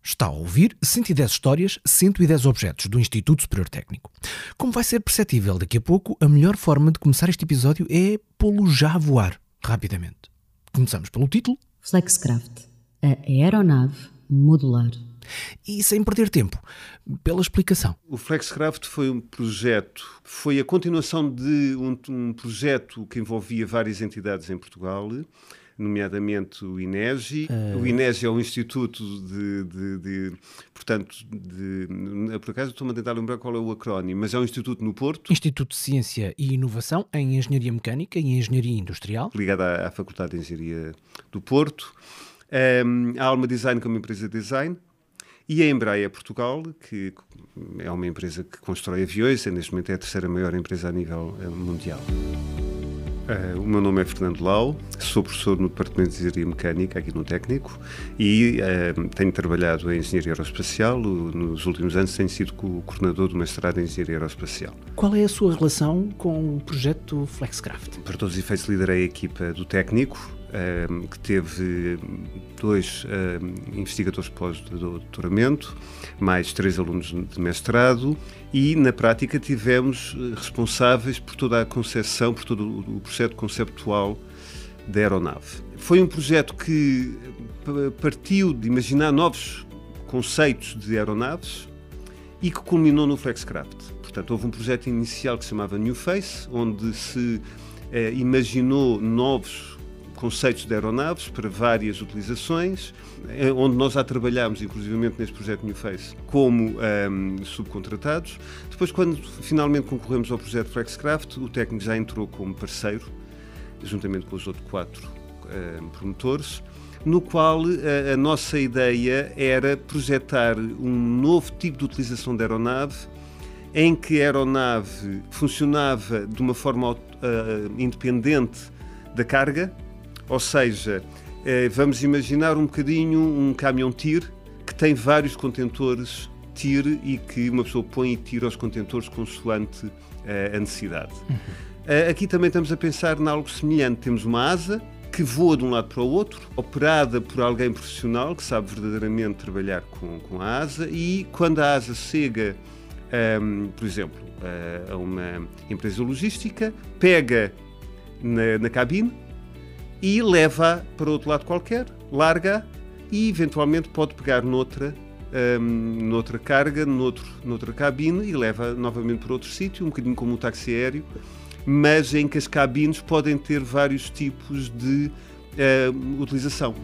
Está a ouvir 110 histórias, 110 objetos do Instituto Superior Técnico. Como vai ser perceptível daqui a pouco, a melhor forma de começar este episódio é pô-lo já a voar, rapidamente. Começamos pelo título. Flexcraft, a aeronave modular. E sem perder tempo, pela explicação. O Flexcraft foi a continuação de um projeto que envolvia várias entidades em Portugal, nomeadamente o INEGI. O INEGI é um instituto por acaso estou-me a tentar lembrar qual é o acrónimo, mas é um instituto no Porto. Instituto de Ciência e Inovação em Engenharia Mecânica e Engenharia Industrial. Ligado à Faculdade de Engenharia do Porto. A Alma Design, como empresa de design. E a Embraer Portugal, que é uma empresa que constrói aviões, neste momento é a terceira maior empresa a nível mundial. O meu nome é Fernando Lau, sou professor no Departamento de Engenharia Mecânica, aqui no Técnico, e tenho trabalhado em Engenharia Aeroespacial. Nos últimos anos tenho sido coordenador do mestrado em Engenharia Aeroespacial. Qual é a sua relação com o projeto Flexcraft? Para todos os efeitos, liderei a equipa do Técnico, que teve 2 investigadores pós-doutoramento, mais 3 alunos de mestrado, e na prática tivemos responsáveis por toda a concepção, por todo o processo conceptual da aeronave. Foi um projeto que partiu de imaginar novos conceitos de aeronaves e que culminou no Flexcraft. Portanto, houve um projeto inicial que se chamava New Face, onde se imaginou novos conceitos de aeronaves para várias utilizações, onde nós já trabalhámos, inclusivamente neste projeto New Face, como subcontratados. Depois, quando finalmente concorremos ao projeto Flexcraft, o Técnico já entrou como parceiro, juntamente com os outros 4 promotores, no qual a nossa ideia era projetar um novo tipo de utilização da aeronave, em que a aeronave funcionava de uma forma independente da carga. Ou seja, vamos imaginar um bocadinho um caminhão-tir que tem vários contentores tir e que uma pessoa põe e tira os contentores consoante a necessidade. Aqui também estamos a pensar em algo semelhante. Temos uma asa que voa de um lado para o outro, operada por alguém profissional que sabe verdadeiramente trabalhar com a asa, e quando a asa chega, por exemplo, a uma empresa logística, pega na cabine e leva para outro lado qualquer, larga e eventualmente pode pegar noutra carga, noutra cabine e leva novamente para outro sítio, um bocadinho como um táxi aéreo, mas em que as cabines podem ter vários tipos de utilização.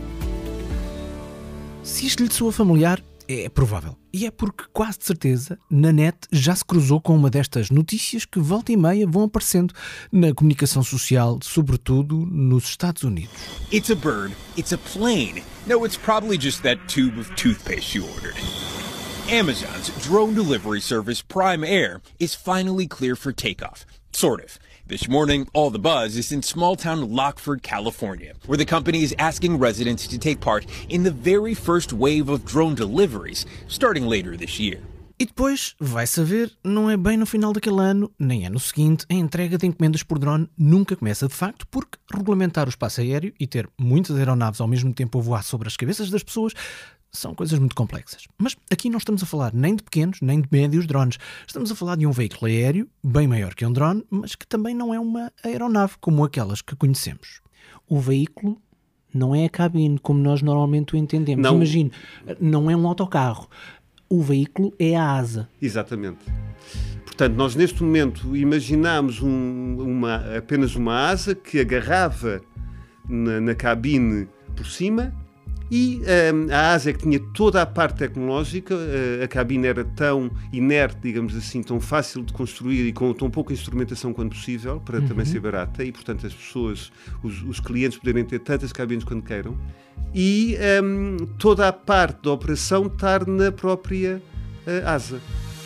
Se isto lhe soa familiar, é provável. E é porque, quase de certeza, na net já se cruzou com uma destas notícias que volta e meia vão aparecendo na comunicação social, sobretudo nos Estados Unidos. It's a bird. It's a plane. No, it's probably just that tube of toothpaste you ordered. Amazon's drone delivery service Prime Air is finally clear for takeoff. Sort of. This morning, all the buzz is in small-town Lockford, California, where the company is asking residents to take part in the very first wave of drone deliveries, starting later this year. E depois, vai saber, não é bem no final daquele ano, nem é no seguinte, a entrega de encomendas por drone nunca começa de facto, porque regulamentar o espaço aéreo e ter muitas aeronaves ao mesmo tempo a voar sobre as cabeças das pessoas são coisas muito complexas. Mas aqui não estamos a falar nem de pequenos, nem de médios drones. Estamos a falar de um veículo aéreo, bem maior que um drone, mas que também não é uma aeronave como aquelas que conhecemos. O veículo não é a cabine, como nós normalmente o entendemos. Não. Imagine, não é um autocarro. O veículo é a asa. Exatamente. Portanto, nós neste momento imaginamos apenas uma asa que agarrava na cabine por cima, e a asa é que tinha toda a parte tecnológica. A cabine era tão inerte, digamos assim, tão fácil de construir e com tão pouca instrumentação quanto possível, para também ser barata, e portanto as pessoas, os clientes poderem ter tantas cabines quando queiram, e toda a parte da operação estar na própria asa.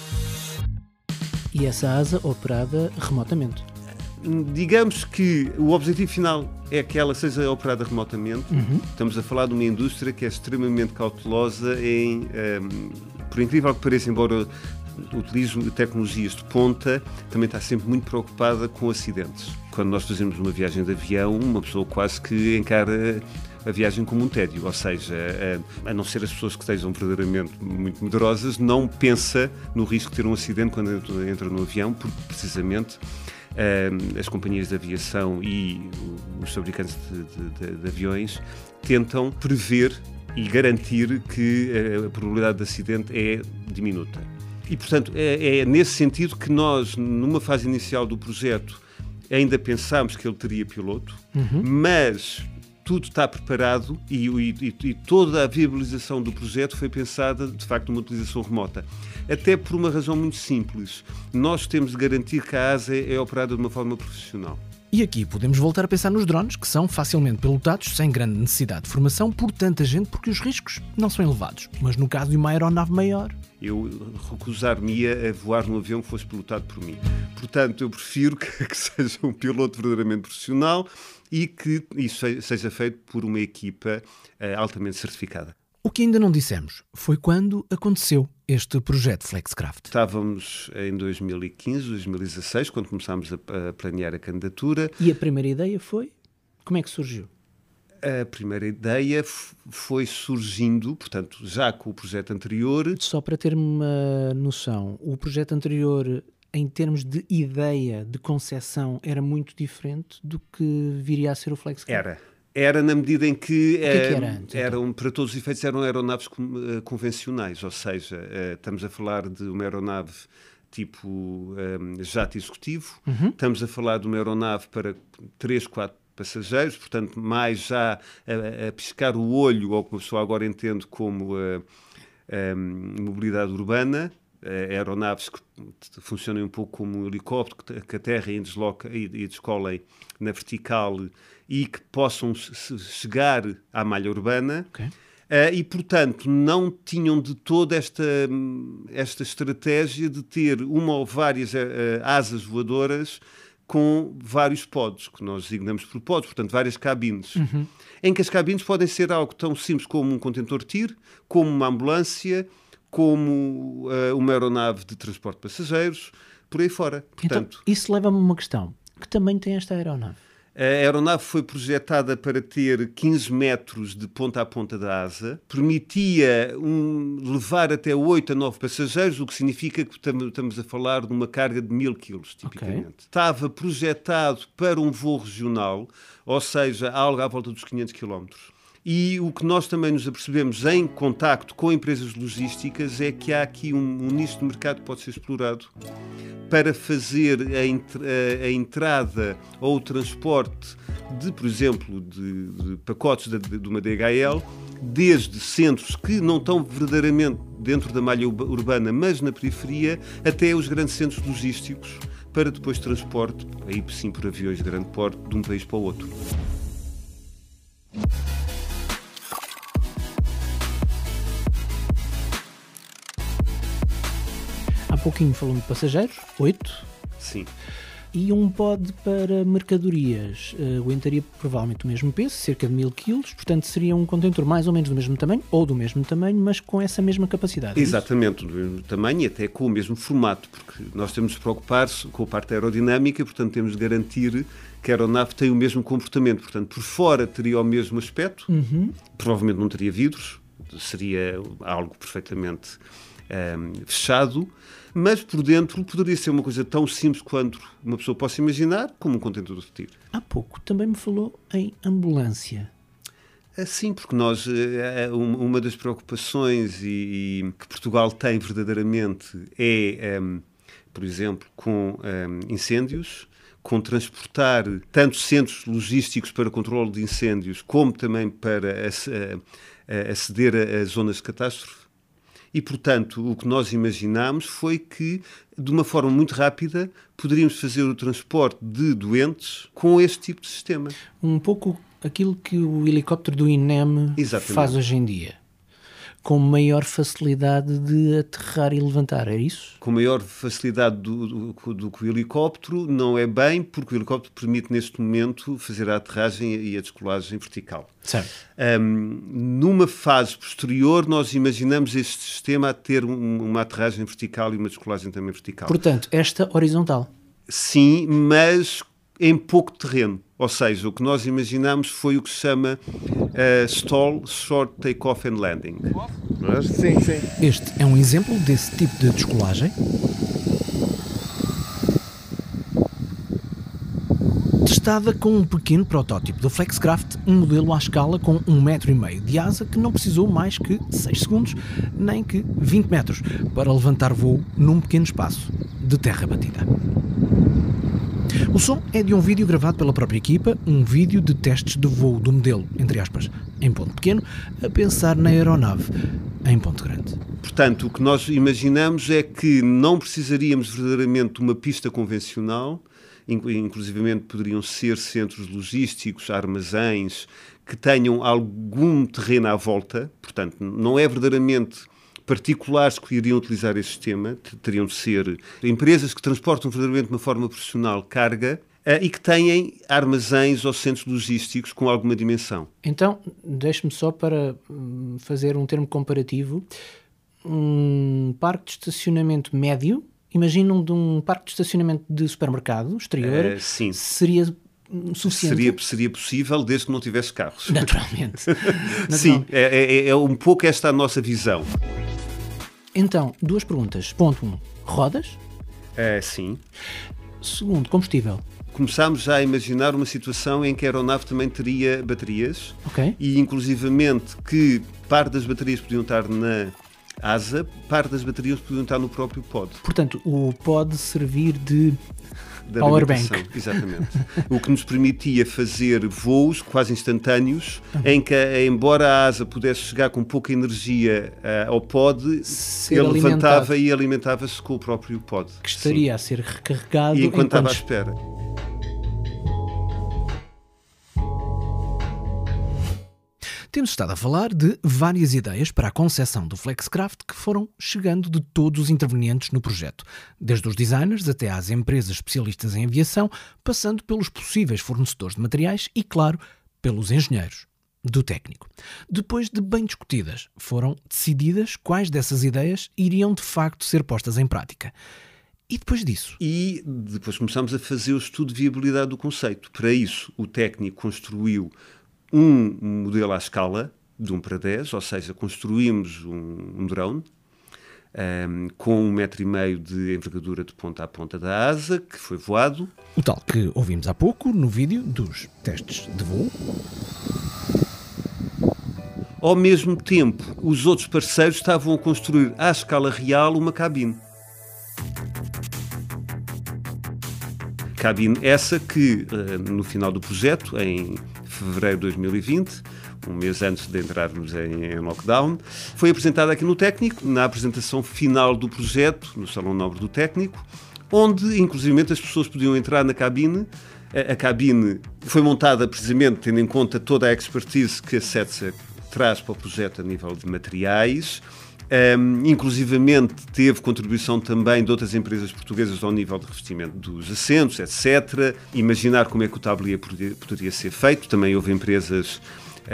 E essa asa operada remotamente. Digamos que o objetivo final é que ela seja operada remotamente. Estamos a falar de uma indústria que é extremamente cautelosa por incrível que pareça, embora utilize tecnologias de ponta, também está sempre muito preocupada com acidentes. Quando nós fazemos uma viagem de avião, uma pessoa quase que encara a viagem como um tédio, ou seja, a não ser as pessoas que estejam verdadeiramente muito medrosas, não pensa no risco de ter um acidente quando entra no avião, porque precisamente as companhias de aviação e os fabricantes de aviões tentam prever e garantir que a probabilidade de acidente é diminuta. E, portanto, é nesse sentido que nós, numa fase inicial do projeto, ainda pensámos que ele teria piloto, mas tudo está preparado e toda a viabilização do projeto foi pensada, de facto, numa utilização remota. Até por uma razão muito simples. Nós temos de garantir que a ASA é operada de uma forma profissional. E aqui podemos voltar a pensar nos drones, que são facilmente pilotados, sem grande necessidade de formação por tanta gente, porque os riscos não são elevados. Mas no caso de uma aeronave maior... Eu recusar-me-ia a voar num avião que fosse pilotado por mim. Portanto, eu prefiro que seja um piloto verdadeiramente profissional e que isso seja feito por uma equipa altamente certificada. O que ainda não dissemos foi quando aconteceu este projeto Flexcraft. Estávamos em 2015, 2016, quando começámos a planear a candidatura. E a primeira ideia foi? Como é que surgiu? A primeira ideia foi surgindo, portanto, já com o projeto anterior. Só para ter uma noção, o projeto anterior, em termos de ideia, de concepção, era muito diferente do que viria a ser o Flexcraft? Era na medida em que, era antes, então? Para todos os efeitos, eram aeronaves convencionais, ou seja, estamos a falar de uma aeronave tipo jato executivo, estamos a falar de uma aeronave para 3, 4 passageiros, portanto, mais já a piscar o olho, ou como a pessoa agora entende como mobilidade urbana, aeronaves que funcionam um pouco como um helicóptero, que aterrem e descolem na vertical e que possam chegar à malha urbana. Okay. E, portanto, não tinham de toda esta estratégia de ter uma ou várias asas voadoras com vários pods, que nós designamos por pods, portanto, várias cabines, em que as cabines podem ser algo tão simples como um contentor TIR, como uma ambulância, como uma aeronave de transporte de passageiros, por aí fora. Portanto, então, isso leva-me a uma questão. Que tamanho tem esta aeronave? A aeronave foi projetada para ter 15 metros de ponta a ponta da asa, permitia levar até 8 a 9 passageiros, o que significa que estamos a falar de uma carga de 1000 kg, tipicamente. Okay. Estava projetado para um voo regional, ou seja, algo à volta dos 500 km. E o que nós também nos apercebemos em contacto com empresas logísticas é que há aqui um nicho de mercado que pode ser explorado para fazer a entrada ou o transporte de, por exemplo, de pacotes de uma DHL, desde centros que não estão verdadeiramente dentro da malha urbana, mas na periferia, até os grandes centros logísticos, para depois transporte, aí sim por aviões de grande porte, de um país para o outro. Há pouquinho falou de passageiros, 8. Sim. E um pod para mercadorias aguentaria provavelmente o mesmo peso, cerca de 1000 kg, portanto seria um contentor mais ou menos do mesmo tamanho, ou do mesmo tamanho, mas com essa mesma capacidade. Exatamente, do mesmo tamanho e até com o mesmo formato, porque nós temos de preocupar-se com a parte aerodinâmica, portanto temos de garantir que a aeronave tem o mesmo comportamento, portanto por fora teria o mesmo aspecto, provavelmente não teria vidros, seria algo perfeitamente fechado, mas por dentro poderia ser uma coisa tão simples quanto uma pessoa possa imaginar, como um contentor de tiro. Há pouco também me falou em ambulância. Sim, porque nós, uma das preocupações que Portugal tem verdadeiramente é, por exemplo, com incêndios, com transportar tanto centros logísticos para controle de incêndios, como também para aceder a zonas de catástrofe. E, portanto, o que nós imaginámos foi que, de uma forma muito rápida, poderíamos fazer o transporte de doentes com este tipo de sistema. Um pouco aquilo que o helicóptero do INEM faz hoje em dia. Com maior facilidade de aterrar e levantar, é isso? Com maior facilidade do que o helicóptero, não é bem, porque o helicóptero permite neste momento fazer a aterragem e a descolagem vertical. Certo. Numa fase posterior, nós imaginamos este sistema a ter uma aterragem vertical e uma descolagem também vertical. Portanto, esta horizontal. Sim, mas em pouco terreno. Ou seja, o que nós imaginamos foi o que se chama STOL, Short Takeoff and Landing. Sim. Este é um exemplo desse tipo de descolagem. Testada com um pequeno protótipo do Flexcraft, um modelo à escala com 1,5 m de asa que não precisou mais que 6 segundos, nem que 20 metros, para levantar voo num pequeno espaço de terra batida. O som é de um vídeo gravado pela própria equipa, um vídeo de testes de voo do modelo, entre aspas, em ponto pequeno, a pensar na aeronave em ponto grande. Portanto, o que nós imaginamos é que não precisaríamos verdadeiramente de uma pista convencional, inclusivamente poderiam ser centros logísticos, armazéns, que tenham algum terreno à volta, portanto, não é verdadeiramente particulares que iriam utilizar este sistema, teriam de ser empresas que transportam verdadeiramente de uma forma profissional carga e que têm armazéns ou centros logísticos com alguma dimensão. Então, deixe-me só para fazer um termo comparativo, um parque de estacionamento médio. Imaginam de um parque de estacionamento de supermercado exterior, sim. Seria suficiente? Seria possível, desde que não tivesse carros. Naturalmente. Sim, é um pouco esta a nossa visão. Então, 2 perguntas. Ponto 1. Rodas? Sim. Segundo, combustível. Começámos já a imaginar uma situação em que a aeronave também teria baterias. Ok. E, inclusivamente, que parte das baterias podiam estar na asa, parte das baterias podiam estar no próprio pod. Portanto, o pod servir de powerbank. Exatamente. O que nos permitia fazer voos quase instantâneos, em que, embora a asa pudesse chegar com pouca energia ao pod, ele levantava e alimentava-se com o próprio pod. Que estaria a ser recarregado e enquanto estava à espera. Temos estado a falar de várias ideias para a concepção do Flexcraft que foram chegando de todos os intervenientes no projeto, desde os designers até às empresas especialistas em aviação, passando pelos possíveis fornecedores de materiais e, claro, pelos engenheiros do técnico. Depois de bem discutidas, foram decididas quais dessas ideias iriam de facto ser postas em prática. E depois disso? E depois começamos a fazer o estudo de viabilidade do conceito. Para isso, o técnico construiu um modelo à escala, de 1:10, ou seja, construímos um drone com 1,5 m de envergadura de ponta a ponta da asa, que foi voado. O tal que ouvimos há pouco no vídeo dos testes de voo. Ao mesmo tempo, os outros parceiros estavam a construir à escala real uma cabine. Cabine essa que, no final do projeto, em fevereiro de 2020, um mês antes de entrarmos em lockdown, foi apresentada aqui no Técnico, na apresentação final do projeto, no Salão Nobre do Técnico, onde, inclusivamente, as pessoas podiam entrar na cabine. A cabine foi montada precisamente tendo em conta toda a expertise que a CETSA traz para o projeto a nível de materiais. Inclusivamente teve contribuição também de outras empresas portuguesas ao nível de revestimento dos assentos, etc. Imaginar como é que o tablier poderia ser feito. Também houve empresas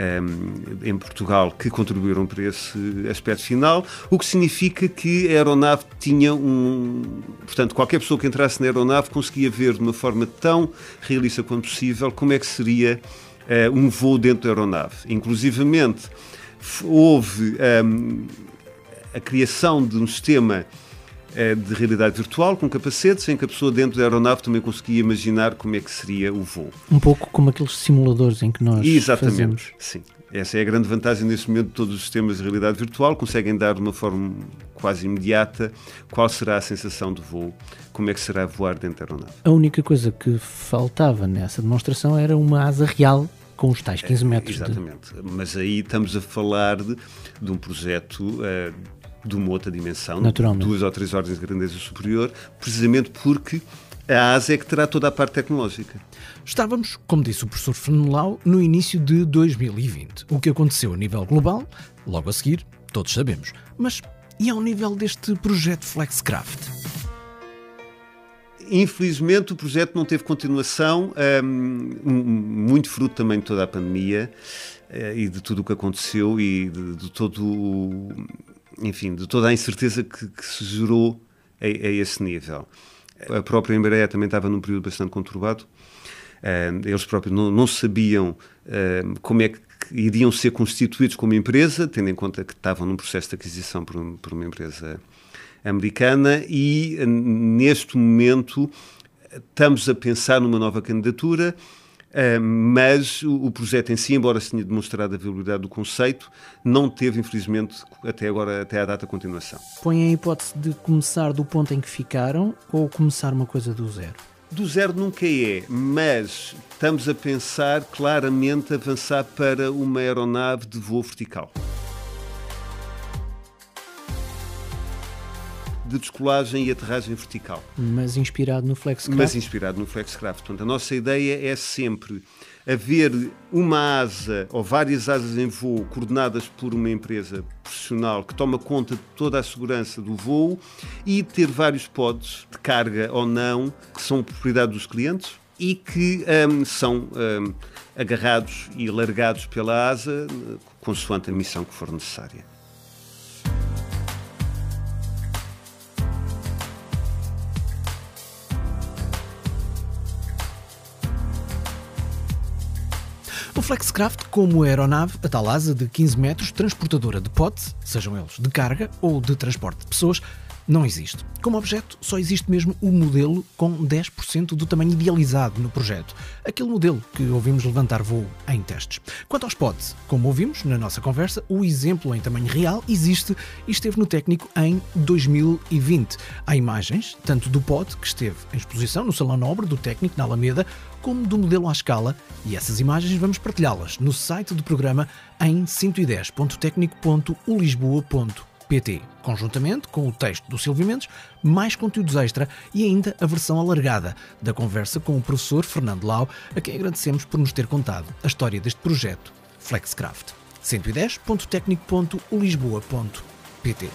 em Portugal que contribuíram para esse aspecto final, o que significa que a aeronave tinha Portanto, qualquer pessoa que entrasse na aeronave conseguia ver de uma forma tão realista quanto possível como é que seria um voo dentro da aeronave. Inclusivamente, houve a criação de um sistema de realidade virtual com capacetes em que a pessoa dentro da aeronave também conseguia imaginar como é que seria o voo. Um pouco como aqueles simuladores em que nós fazemos. Sim. Essa é a grande vantagem neste momento de todos os sistemas de realidade virtual, conseguem dar de uma forma quase imediata qual será a sensação de voo, como é que será voar dentro da aeronave. A única coisa que faltava nessa demonstração era uma asa real com os tais 15 metros. Exatamente, mas aí estamos a falar de um projeto de uma outra dimensão, 2 ou 3 ordens de grandeza superior, precisamente porque a asa é que terá toda a parte tecnológica. Estávamos, como disse o professor Fernando, no início de 2020. O que aconteceu a nível global, logo a seguir, todos sabemos. Mas e ao nível deste projeto Flexcraft? Infelizmente o projeto não teve continuação, muito fruto também de toda a pandemia e de tudo o que aconteceu e de toda a incerteza que se gerou a esse nível. A própria Embraer também estava num período bastante conturbado Eles próprios não sabiam como é que iriam ser constituídos como empresa, tendo em conta que estavam num processo de aquisição por uma empresa americana, e neste momento estamos a pensar numa nova candidatura, mas o projeto em si, embora se tenha demonstrado a viabilidade do conceito, não teve, infelizmente, até agora, até à data, continuação. Põem a hipótese de começar do ponto em que ficaram ou começar uma coisa do zero? Do zero nunca é, mas estamos a pensar claramente avançar para uma aeronave de voo vertical. De descolagem e aterragem vertical. Mas inspirado no Flexcraft? Mas inspirado no Flexcraft. Portanto, a nossa ideia é sempre haver uma asa ou várias asas em voo coordenadas por uma empresa profissional que toma conta de toda a segurança do voo e ter vários pods de carga ou não, que são propriedade dos clientes e que são agarrados e largados pela asa consoante a missão que for necessária. O Flexcraft, como aeronave, a tal asa de 15 metros, transportadora de pods, sejam eles de carga ou de transporte de pessoas, não existe. Como objeto, só existe mesmo o modelo com 10% do tamanho idealizado no projeto. Aquele modelo que ouvimos levantar voo em testes. Quanto aos pods, como ouvimos na nossa conversa, o exemplo em tamanho real existe e esteve no técnico em 2020. Há imagens, tanto do pod, que esteve em exposição no Salão Nobre do técnico na Alameda, como do modelo à escala, e essas imagens vamos partilhá-las no site do programa em 110.tecnico.ulisboa.pt, conjuntamente com o texto do Silvio Mendes, mais conteúdos extra e ainda a versão alargada da conversa com o professor Fernando Lau, a quem agradecemos por nos ter contado a história deste projeto Flexcraft. 110.tecnico.ulisboa.pt.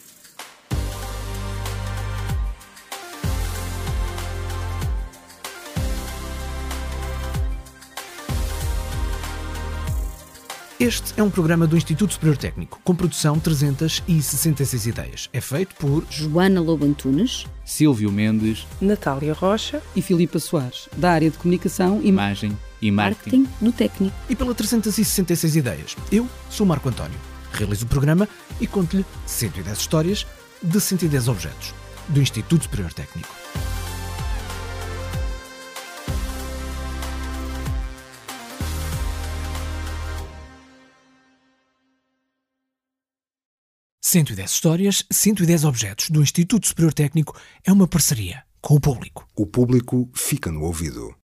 Este é um programa do Instituto Superior Técnico, com produção 366 ideias. É feito por Joana Lobo Antunes, Silvio Mendes, Natália Rocha e Filipa Soares, da área de comunicação e imagem e marketing no técnico. E pela 366 ideias. Eu sou Marco António. Realizo o programa e conto-lhe 110 histórias de 110 objetos do Instituto Superior Técnico. "110 histórias, 110 objetos do Instituto Superior Técnico" é uma parceria com o público. O público fica no ouvido.